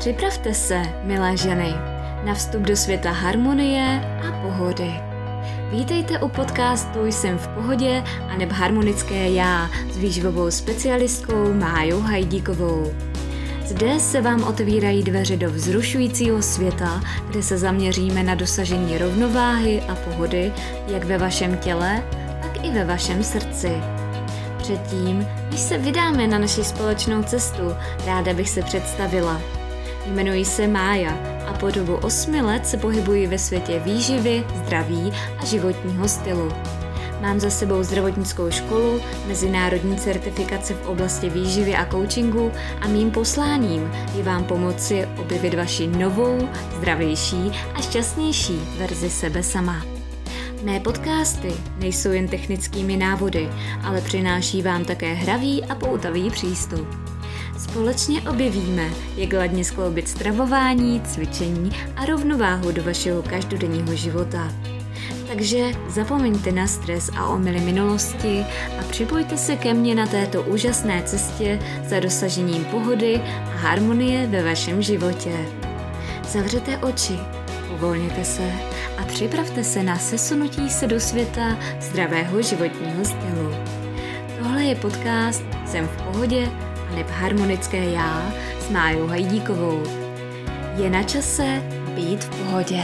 Připravte se, milé ženy, na vstup do světa harmonie a pohody. Vítejte u podcastu Jsem v pohodě aneb harmonické já s výživovou specialistkou Májou Hajdíkovou. Zde se vám otevírají dveře do vzrušujícího světa, kde se zaměříme na dosažení rovnováhy a pohody jak ve vašem těle, tak i ve vašem srdci. Předtím, než se vydáme na naši společnou cestu, ráda bych se představila. Jmenuji se Mája a po dobu 8 let se pohybuji ve světě výživy, zdraví a životního stylu. Mám za sebou zdravotnickou školu, mezinárodní certifikace v oblasti výživy a coachingu a mým posláním je vám pomoci objevit vaši novou, zdravější a šťastnější verzi sebe sama. Mé podcasty nejsou jen technickými návody, ale přináší vám také hravý a poutavý přístup. Společně objevíme, jak ladně skloubit stravování, cvičení a rovnováhu do vašeho každodenního života. Takže zapomeňte na stres a omyly minulosti a připojte se ke mně na této úžasné cestě za dosažením pohody a harmonie ve vašem životě. Zavřete oči, uvolněte se a připravte se na sesunutí se do světa zdravého životního stylu. Tohle je podcast Jsem v pohodě aneb harmonické já s Májou Hajdíkovou. Je na čase být v pohodě.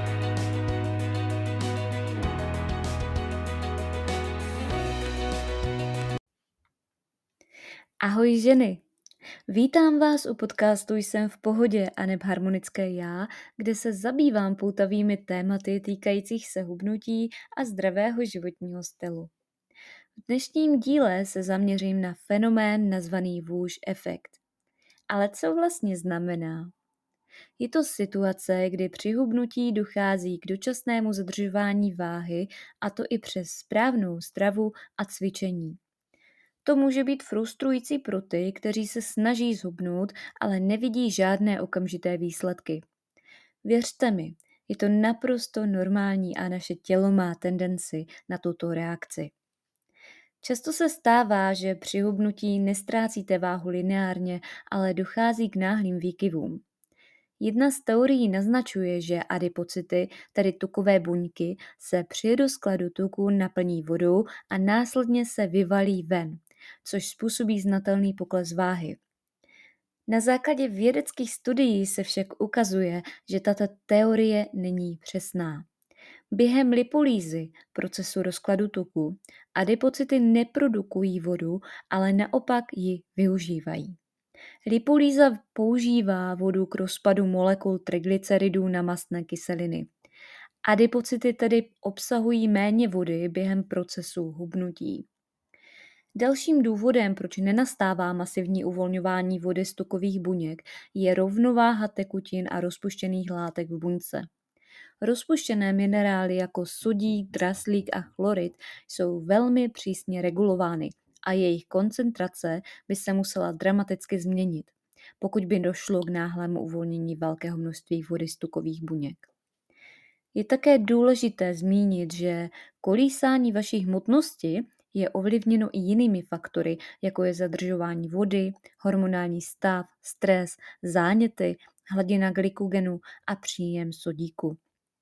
Ahoj ženy! Vítám vás u podcastu Jsem v pohodě aneb harmonické já, kde se zabývám poutavými tématy týkajících se hubnutí a zdravého životního stylu. V dnešním díle se zaměřím na fenomén nazvaný whoosh efekt. Ale co vlastně znamená? Je to situace, kdy při hubnutí dochází k dočasnému zadržování váhy, a to i přes správnou stravu a cvičení. To může být frustrující pro ty, kteří se snaží zhubnout, ale nevidí žádné okamžité výsledky. Věřte mi, je to naprosto normální a naše tělo má tendenci na tuto reakci. Často se stává, že při hubnutí nestrácíte váhu lineárně, ale dochází k náhlým výkyvům. Jedna z teorií naznačuje, že adipocyty, tedy tukové buňky, se při rozkladu tuku naplní vodou a následně se vyvalí ven, což způsobí znatelný pokles váhy. Na základě vědeckých studií se však ukazuje, že tato teorie není přesná. Během lipolýzy, procesu rozkladu tuku, adipocyty neprodukují vodu, ale naopak ji využívají. Lipolýza používá vodu k rozpadu molekul triglyceridů na mastné kyseliny. Adipocyty tedy obsahují méně vody během procesu hubnutí. Dalším důvodem, proč nenastává masivní uvolňování vody z tukových buněk, je rovnováha tekutin a rozpuštěných látek v buňce. Rozpuštěné minerály jako sodík, draslík a chlorid jsou velmi přísně regulovány a jejich koncentrace by se musela dramaticky změnit, pokud by došlo k náhlému uvolnění velkého množství vody z tukových buněk. Je také důležité zmínit, že kolísání vaší hmotnosti je ovlivněno i jinými faktory, jako je zadržování vody, hormonální stav, stres, záněty, hladina glykogenu a příjem sodíku.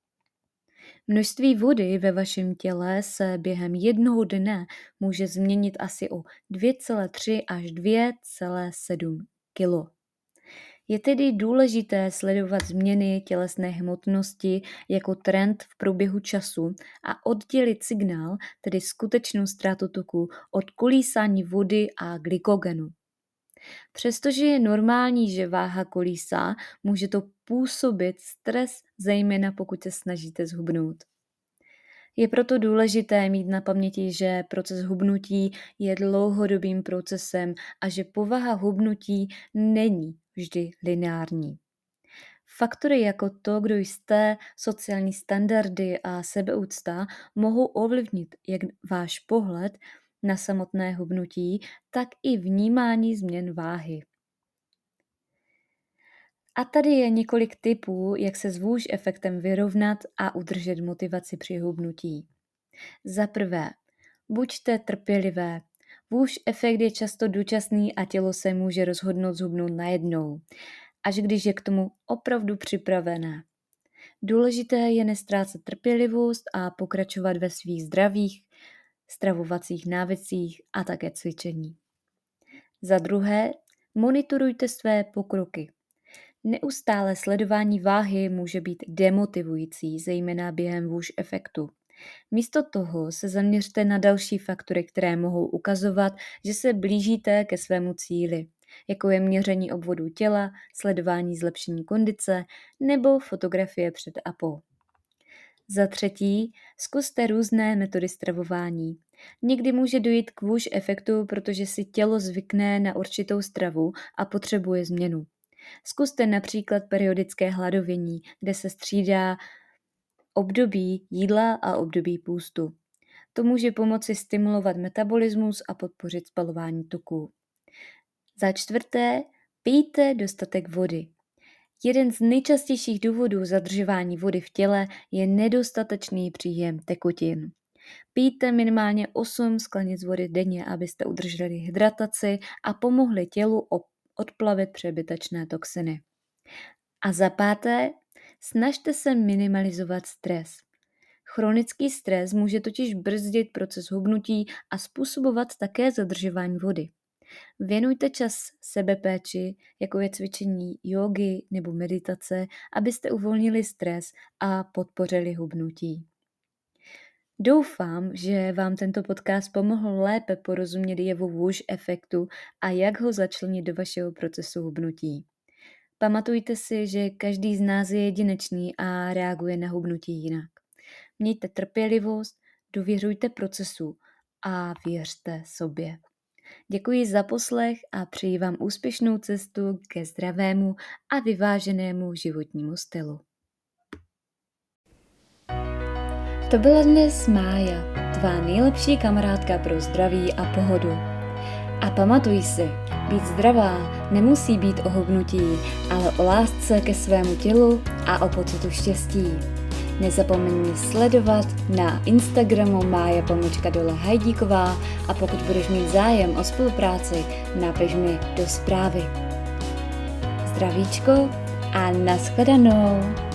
Množství vody ve vašem těle se během jednoho dne může změnit asi o 2,3 až 2,7 kg. Je tedy důležité sledovat změny tělesné hmotnosti jako trend v průběhu času a oddělit signál, tedy skutečnou ztrátu tuku, od kolísání vody a glykogenu. Přestože je normální, že váha kolísá, může to působit stres, zejména pokud se snažíte zhubnout. Je proto důležité mít na paměti, že proces hubnutí je dlouhodobým procesem a že povaha hubnutí není vždy lineární. Faktory jako to, kdo jste, sociální standardy a sebeúcta mohou ovlivnit jak váš pohled na samotné hubnutí, tak i vnímání změn váhy. A tady je několik tipů, jak se s whoosh efektem vyrovnat a udržet motivaci při hubnutí. Za prvé, buďte trpělivé. Whoosh efekt je často dočasný a tělo se může rozhodnout zhubnout najednou. až když je k tomu opravdu připravené. Důležité je neztrácet trpělivost a pokračovat ve svých zdravých stravovacích návycích a také cvičení. Za druhé, monitorujte své pokroky. Neustále sledování váhy může být demotivující, zejména během WUSH efektu. Místo toho se zaměřte na další faktory, které mohou ukazovat, že se blížíte ke svému cíli, jako je měření obvodů těla, sledování zlepšení kondice nebo fotografie před a po. Za třetí, zkuste různé metody stravování. Někdy může dojít k WUSH efektu, protože si tělo zvykne na určitou stravu a potřebuje změnu. Zkuste například periodické hladovění, kde se střídá období jídla a období půstu. To může pomoci stimulovat metabolismus a podpořit spalování tuků. Za čtvrté, pijte dostatek vody. Jeden z nejčastějších důvodů zadržování vody v těle je nedostatečný příjem tekutin. Pijte minimálně 8 sklenic vody denně, abyste udrželi hydrataci a pomohli tělu odplavit přebytečné toxiny. A za páté, snažte se minimalizovat stres. Chronický stres může totiž brzdit proces hubnutí a způsobovat také zadržování vody. Věnujte čas sebepéči, jako je cvičení jógy nebo meditace, abyste uvolnili stres a podpořili hubnutí. Doufám, že vám tento podcast pomohl lépe porozumět jevu WUSH efektu a jak ho začlenit do vašeho procesu hubnutí. Pamatujte si, že každý z nás je jedinečný a reaguje na hubnutí jinak. Mějte trpělivost, důvěřujte procesu a věřte sobě. Děkuji za poslech a přeji vám úspěšnou cestu ke zdravému a vyváženému životnímu stylu. To byla dnes Mája, tvá nejlepší kamarádka pro zdraví a pohodu. A pamatuj si, být zdravá nemusí být o hubnutí, ale o lásce ke svému tělu a o pocitu štěstí. Nezapomeň mě sledovat na Instagramu Mája_Hajdíková a pokud budeš mít zájem o spolupráci, napiš mi do zprávy. Zdravíčko a nashledanou!